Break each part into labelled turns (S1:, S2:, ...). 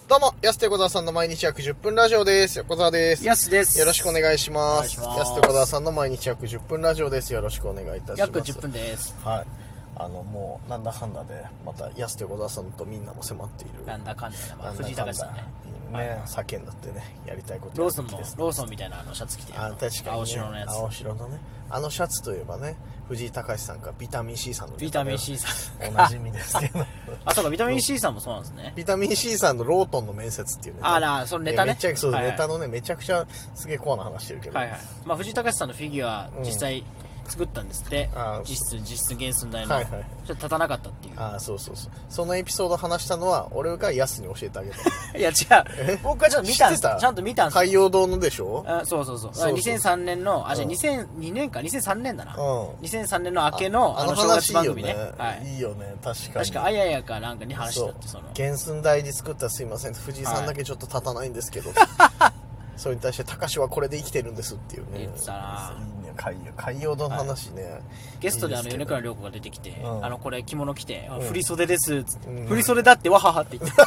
S1: どうも、安手小沢さんの毎日約10分ラジオです。横澤です。
S2: 安です。
S1: よろしくお願いします。安手小沢さんの毎日約10分ラジオです。よろしくお願いいたします。
S2: 約10分です。
S1: はい。もう、なんだかんだで、また安手小沢さんとみんなも迫っている。
S2: なんだかんだね。まあ、藤井隆さんね。
S1: 叫んだってね、やりたいこと
S2: ローソンみたいなシャツ着てる。
S1: 確かに、ね。
S2: 青白のやつ。
S1: 青白のね。シャツといえばね、藤井隆さんかビタミン C さんの。
S2: ビタミン C さん。
S1: おなじみですけど。
S2: そうか、ビタミン C さんもそうなんですね。
S1: ビタミン C さんのロートンの面接っていうね。
S2: そのネタね。
S1: ネタのね、めちゃくちゃすげえコアな話してるけど。
S2: はいはい。まあ、藤井隆さんのフィギュア、実際、作ったんですって。実質原寸大の。ちょっと立たなかったっていう。
S1: そう。そのエピソード話したのは、俺がヤスに教えてあげた。
S2: いや、違う。僕はちゃんと見たんです。ちゃんと見たんです。
S1: 海洋堂のでしょ？
S2: そう。2003年の、2002年か、2003年だな。2003年の明けの、正月番組ね。
S1: いいよね、確かに。
S2: 確か、あややかなんかに話したって、
S1: 原寸大に作ったらすいません。藤井さんだけちょっと立たないんですけど。それに対して、高志はこれで生きてるんですっていうね。
S2: 言ってたな。
S1: 海洋堂の話ね。
S2: ゲストで米倉涼子が出てきて、これ着物着て、振り袖です、つって。振り袖だってわははって言って。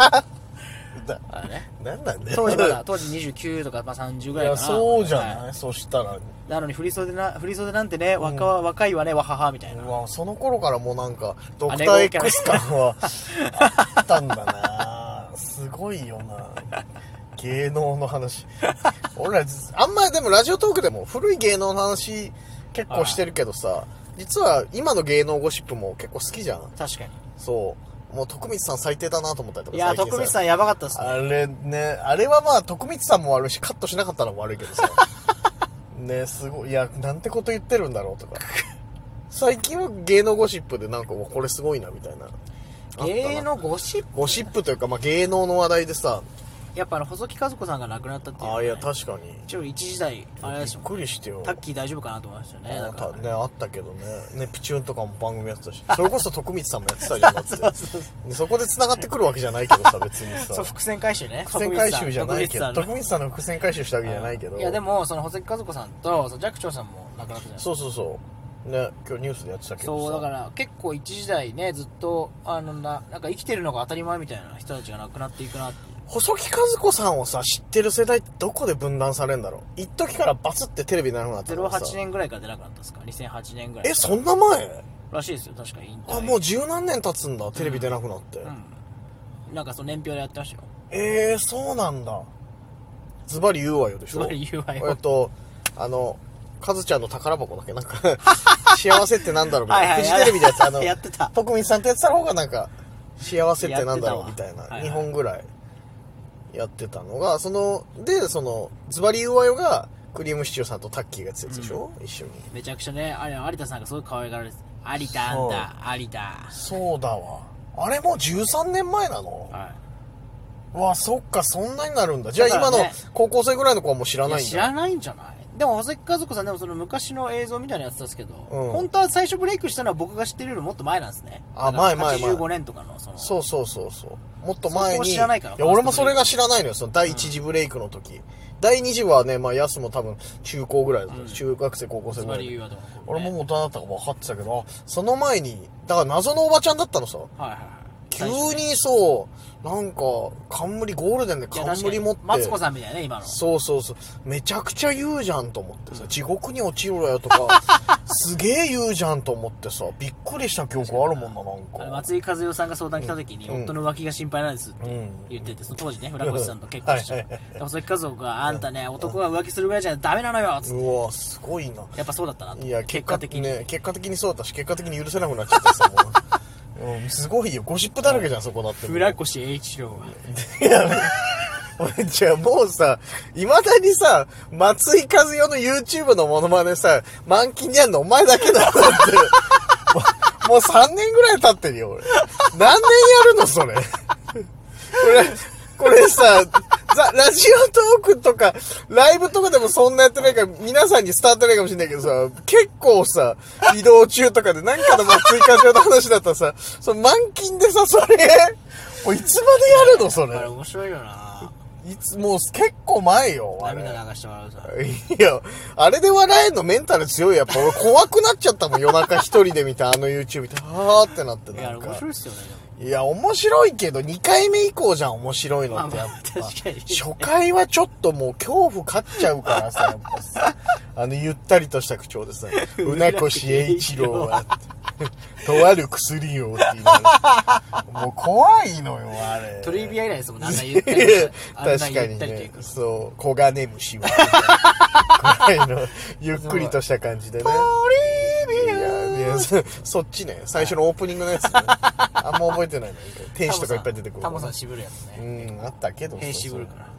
S1: なんなんだよ。
S2: 当時29とか、30ぐらいかな。
S1: そうじゃない、そしたら。
S2: なのに振り袖なんてね、若いわね、わははみたいな。
S1: その頃からもうなんか、ドクター X 感はあったんだな。すごいよな。芸能の話。俺ら、あんまりでもラジオトークでも古い芸能の話結構してるけどさ、実は今の芸能ゴシップも結構好きじゃん。
S2: 確かに。
S1: そう。もう徳光さん最低だなと思ったりとか。
S2: いや、徳光さんやばかったっすね。
S1: あれはまあ徳光さんも悪いし、カットしなかったのも悪いけどさ。ね、すごい。いや、なんてこと言ってるんだろうとか。最近は芸能ゴシップでなんかこれすごいなみたいな。
S2: 芸能ゴシップ
S1: ゴシップというか、まあ芸能の話題でさ、
S2: やっぱ細木数子さんが亡くなったっていう、ね。
S1: いや、確かに。
S2: 一時代、あれですよ。
S1: びっくりしてよ。
S2: タッキー大丈夫かなと思いましたよね。
S1: あったけどね。ピチューンとかも番組やってたし。それこそ徳光さんもやってたじゃん。そこで繋がってくるわけじゃないけどさ、別にさ。
S2: そう、伏線回収ね。
S1: 伏線回収じゃないけど。徳光さんの伏線回収したわけじゃないけど。
S2: いや、でも、細木数子さんと、寂聴さんも亡くなったじゃないですか。
S1: そう。ね、今日ニュースでやってたけどさ。
S2: そう、だから結構一時代ね、ずっと、なんか生きてるのが当たり前みたいな人たちが亡くなっていくなって。
S1: 細木数子さんをさ、知ってる世代ってどこで分断されるんだろう。一時からバツってテレビになるのがあったのさ。
S2: 08年ぐらいから出なくなったんですか？ 2008 年ぐらい。
S1: そんな前
S2: らしいですよ、確か引退。
S1: もう十何年経つんだ、テレビ出なくなって。
S2: なんか年表でやってましたよ。
S1: そうなんだ。ズバリ言うわよでしょ。
S2: ズバリ言うわよ。
S1: カズちゃんの宝箱だっけなんか、幸せってなんだろうみたいな。フジテレビで
S2: やってた。
S1: 徳光さんってやってた方がなんか、幸せってなんだろうみたいな。2本ぐらいやってたのが、ズバリ言うわよが、クリームシチューさんとタッキーがやってたやつでしょ、一緒に。
S2: めちゃくちゃね、有田さんがすごい可愛がられてた。有田。
S1: そうだわ。あれもう13年前なの？わ、そっか、そんなになるんだ。じゃあ今の高校生ぐらいの子はもう知らないんだ。
S2: 知らないんじゃない？でも、細木数子さんでもその昔の映像みたいなやつですけど、本当は最初ブレイクしたのは僕が知ってるよりもっと前なんですね。
S1: 前。
S2: 85年とかの
S1: そう。もっと前に。
S2: 知らないから。
S1: いや、俺もそれが知らないのよ、その第一次ブレイクの時。第二次はね、まあ、ヤスも多分中高ぐらいだった。中学生、高校生ぐらい。俺も大人だったか分かってたけど、その前に、だから謎のおばちゃんだったのさ。急になんか、冠、ゴールデンで冠持って。
S2: マツコさんみたいなね、今の。
S1: そう。めちゃくちゃ言うじゃんと思ってさ、地獄に落ちろよとか、すげえ言うじゃんと思ってさ、びっくりした記憶あるもんな、なんか。
S2: 松井和代さんが相談来た時に、夫の浮気が心配なんですって言ってて、当時ね、村越さんと結婚して。細木和夫が、あんたね、男が浮気するぐらいじゃダメなのよつって。
S1: うわ、すごいな。
S2: やっぱそうだったなと。
S1: いや、結果的にそうだったし、結果的に許せなくなっちゃったさ、もう。すごいよ。ゴシップだらけじゃん、そこだって。
S2: 村越英一郎は。
S1: いや、俺、じゃあもうさ、未だにさ、松井和代の YouTube のモノマネさ、満勤にやんのお前だけだよって。もう3年ぐらい経ってるよ、俺。何年やるの、それ。これさ、ラジオトークとか、ライブとかでもそんなやってないから、皆さんに伝わってないかもしれないけどさ、結構さ、移動中とかでなんかの追加上の話だったらさ、満勤でさ、それ、もういつまでやるのそれ。
S2: あれ面白いよな。
S1: もう結構前よ。
S2: 涙流して笑うさ。
S1: いや、あれで笑えんのメンタル強い。やっぱ俺怖くなっちゃったもん。夜中一人で見たYouTube 見て、はーってなって。
S2: いや、面白いっすよね。
S1: いや面白いけど2回目以降じゃん面白いのってやっぱ、
S2: 確かに
S1: 初回はちょっともう恐怖勝っちゃうからさやっぱさゆったりとした口調でさ船越英一郎はとある薬をって言いながらもう怖いのよあれ。
S2: トリビア以来ですもんね、あんな言ったり
S1: 確かにね、そう黄金虫は怖いのゆっくりとした感じでね。トリビアいやそっちね、最初のオープニングのやつねあんま覚えてないの。天使とかいっぱい出てくる。
S2: タモさん渋るやつね。
S1: あったけど
S2: 変渋るから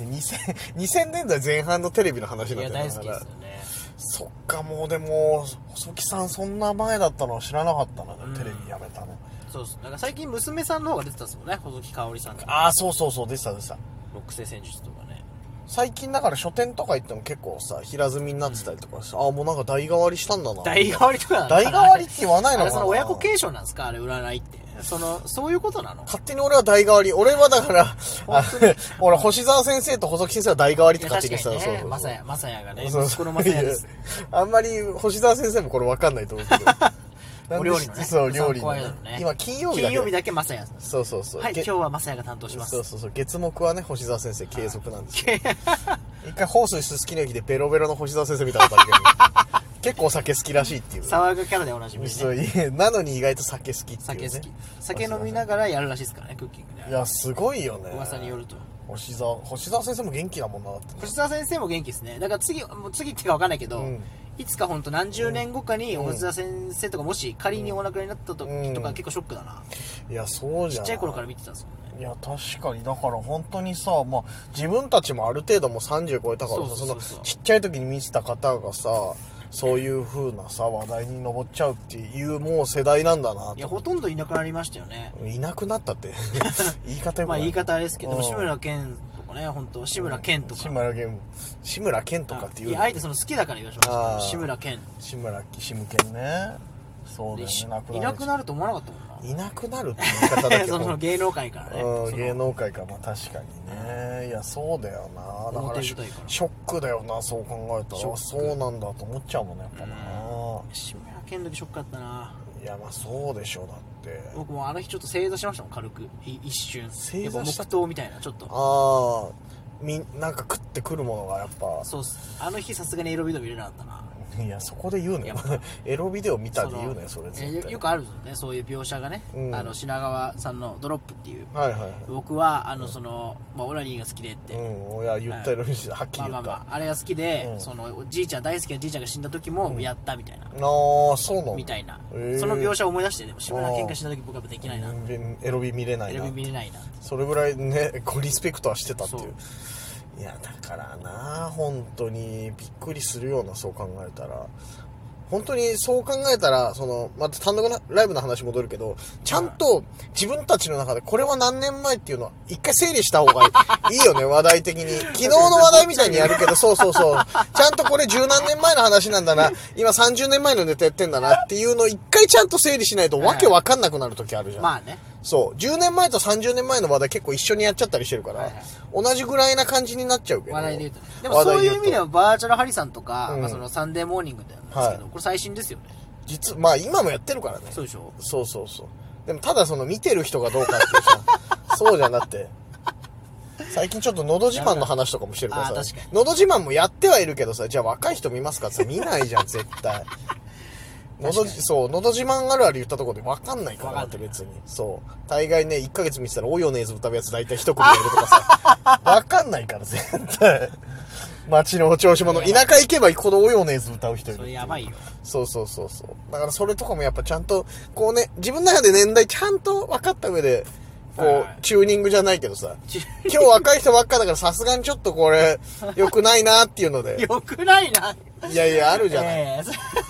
S1: 2000年代前半のテレビの話なんだよ。
S2: いや大好きですよね。
S1: そっか、もうでも細木さんそんな前だったのは知らなかったな、テレビやめたの。
S2: そうです。なんか最近娘さんの方が出てたんですもんね、細木かおりさんが。
S1: ああそうそうそう、出てた出てた。
S2: 六星戦術とかね。
S1: 最近だから書店とか行っても結構さ平積みになってたりとかして、ああもうなんか代替わりしたんだな。
S2: 代替わりとか
S1: 代替わりって言わないのかな。
S2: あれその親子継承なんですか、あれ占いって。そういうことなの？
S1: 勝手に俺は代替わり。俺はだから俺星沢先生と細木先生は代替わりって勝手にしたの。そうそう
S2: まさやがね、息子のまさやです。
S1: あんまり星沢先生もこれ分かんないと思うけど
S2: お料理のね。
S1: そう料理のね。今金曜
S2: 日だけまさや。
S1: そうそうそう。
S2: はい、今日はまさやが担当します。
S1: そうそうそう。月木はね星沢先生継続なんですよ。一回ホースすすきの駅でベロベロの星沢先生見たことあるけど結構酒好きらしいっていう。
S2: 騒ぐキャラでおなじみね。
S1: そうなのに意外と酒好きっていう、ね。
S2: 酒好き。酒飲みながらやるらしいですからね、クッキングで。
S1: いやすごいよね。
S2: 噂によると。
S1: 星沢先生も元気だもんな。だって、ね、
S2: 星沢先生も元気ですね。だから次ってか分かんないけど、いつか本当何十年後かに星沢先生とかもし仮にお亡くなりになった時とか結構ショックだな。
S1: いやそうじゃん。
S2: ちっちゃい頃から見てたんですよね。
S1: いや確かにだから本当にさ、まあ、自分たちもある程度もう30超えたからさ、そのちっちゃい時に見てた方がさそういう風なさ話題に上っちゃうっていうもう世代なんだな。
S2: いやほとんどいなくなりましたよね。
S1: いなくなったって言い方よくない。
S2: まあ言い方あれですけど、志村けんとかね、本当志村けんとか。
S1: 志村けんとかっていう。
S2: いやあえてその好きだから言わしました。志村けん。
S1: 志村けんね。そうだよね。
S2: いなくなると思わなかったもんな。
S1: いなくなるって言い方だけど
S2: その芸能界からね。
S1: 芸能界から、まあ確かにね。いやそうだよな。だからショックだよな、そう考えたら。そうなんだと思っちゃうもんねやっぱな。
S2: 志村けんの時ショックだったな。
S1: いやまあそうでしょう。だって
S2: 僕もあの日ちょっと正座しましたもん、軽く一瞬。
S1: 正座した。
S2: 黙祷みたいなちょっと。
S1: なんか食ってくるものがやっぱ。
S2: そうっす。あの日さすがにエロビデオ見れなかったな。
S1: いやそこで言うのよエロビデオ見たで言うのよそれ絶対。
S2: よくあるんですよね、そういう描写がね。品川さんのドロップっていう、僕はオナニーが好きでって、
S1: 親言ったようにはっきり言った。
S2: あれが好きで、じいちゃん大好きなじいちゃんが死んだ時もやったみたいな。
S1: そうなの
S2: みたいな。その描写を思い出して、でも志村けんが死んだ時僕はできないな。
S1: エロビ見れないな。それぐらいねリスペクトはしてたっていう。いやだからな本当にびっくりするような、そう考えたら本当にそう考えたらまた単独ライブの話戻るけど、ちゃんと自分たちの中でこれは何年前っていうのは一回整理した方がいいよね話題的に。昨日の話題みたいにやるけどそうちゃんとこれ十何年前の話なんだな、今30年前のネタやってんだなっていうのを一回ちゃんと整理しないとわけわかんなくなる時あるじゃん。
S2: まあね。
S1: そう10年前と30年前の話題結構一緒にやっちゃったりしてるから、同じぐらいな感じになっちゃうけど。
S2: 話題で言うとね。でもそういう意味ではバーチャルハリさんとか、サンデーモーニングなんですけど、これ最新ですよね。
S1: まあ今もやってるからね。
S2: そうでしょ。
S1: そうでもただ見てる人がどうかっていうさそうじゃなくて最近ちょっとのど自慢の話とかもしてるからさ、のど自慢もやってはいるけどさ、じゃあ若い人見ますかって見ないじゃん絶対のど自慢あるある言ったところで分かんないからって別に。大概ね1ヶ月見てたらオヨネーズ歌うやつ大体一組やるとかさ分かんないから絶対街のお調子者、田舎行けば行くほどオヨネーズ歌う人いる。
S2: それやばいよ。
S1: そうだからそれとかもやっぱちゃんとこうね、自分の中で年代ちゃんと分かった上でチューニングじゃないけどさ、今日若い人ばっかだからさすがにちょっとこれ良くないなっていうので
S2: 良くないな。
S1: いやあるじゃない、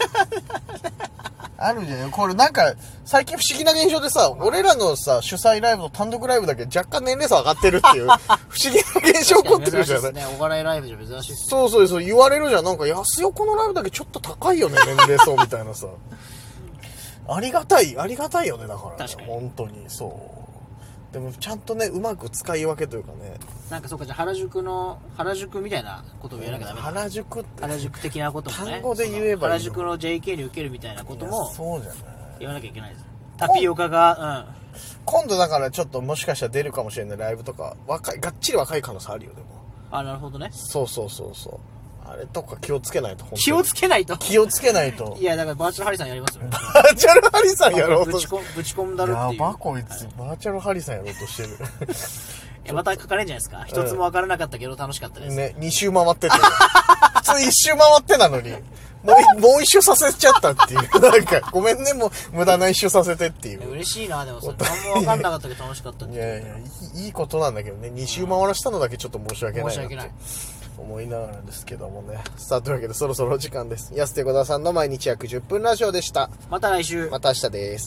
S1: あるじゃん。これなんか最近不思議な現象でさ、俺らのさ主催ライブと単独ライブだけ若干年齢差上がってるっていう不思議な現象起こってるじゃない。
S2: お笑いライブじゃ珍しい。
S1: そう言われるじゃん。なんか安横のライブだけちょっと高いよね年齢層みたいなさありがたいよね。だから、本当にでもちゃんとねうまく使い分けというかね。
S2: なんかそうか、じゃあ原宿みたいなことを言わなきゃダメだ。原宿的なこともね、
S1: 単語で言えば
S2: 原宿の JK に受けるみたいなことも
S1: そうじゃない
S2: 言わなきゃいけないです。タピオカが
S1: 今度だからちょっともしかしたら出るかもしれないライブとか、がっちり若い可能性あるよ、でも。
S2: あ、なるほどね。
S1: そうそうそうそう。あれとか気をつけないと、
S2: 気をつけないと
S1: 気をつけないと。
S2: いや、だからバーチャルハリさんやりますよ。
S1: バーチャルハリさんやろうと
S2: ぶち込んだるっていう。
S1: やばこいつ、バーチャルハリさんやろうとしてる。
S2: また書かれるんじゃないですか。一つも分からなかったけど楽しかったです。
S1: ね、2周回ってて。普通1周回ってなのに、もう一周させちゃったっていう。なんか、ごめんね、もう無駄な一周させてっていう。
S2: 嬉しいな、でもそれ。何も分かんなかったけど楽しかったっていう。
S1: いやいや、いいことなんだけどね。2周回らしたのだけちょっと申し訳ないなって。
S2: 申し訳ない。
S1: 思いながらですけどもね。さあ、というわけでそろそろお時間です。安手小沢さんの毎日約10分ラジオでした。
S2: また来週。
S1: また明日です。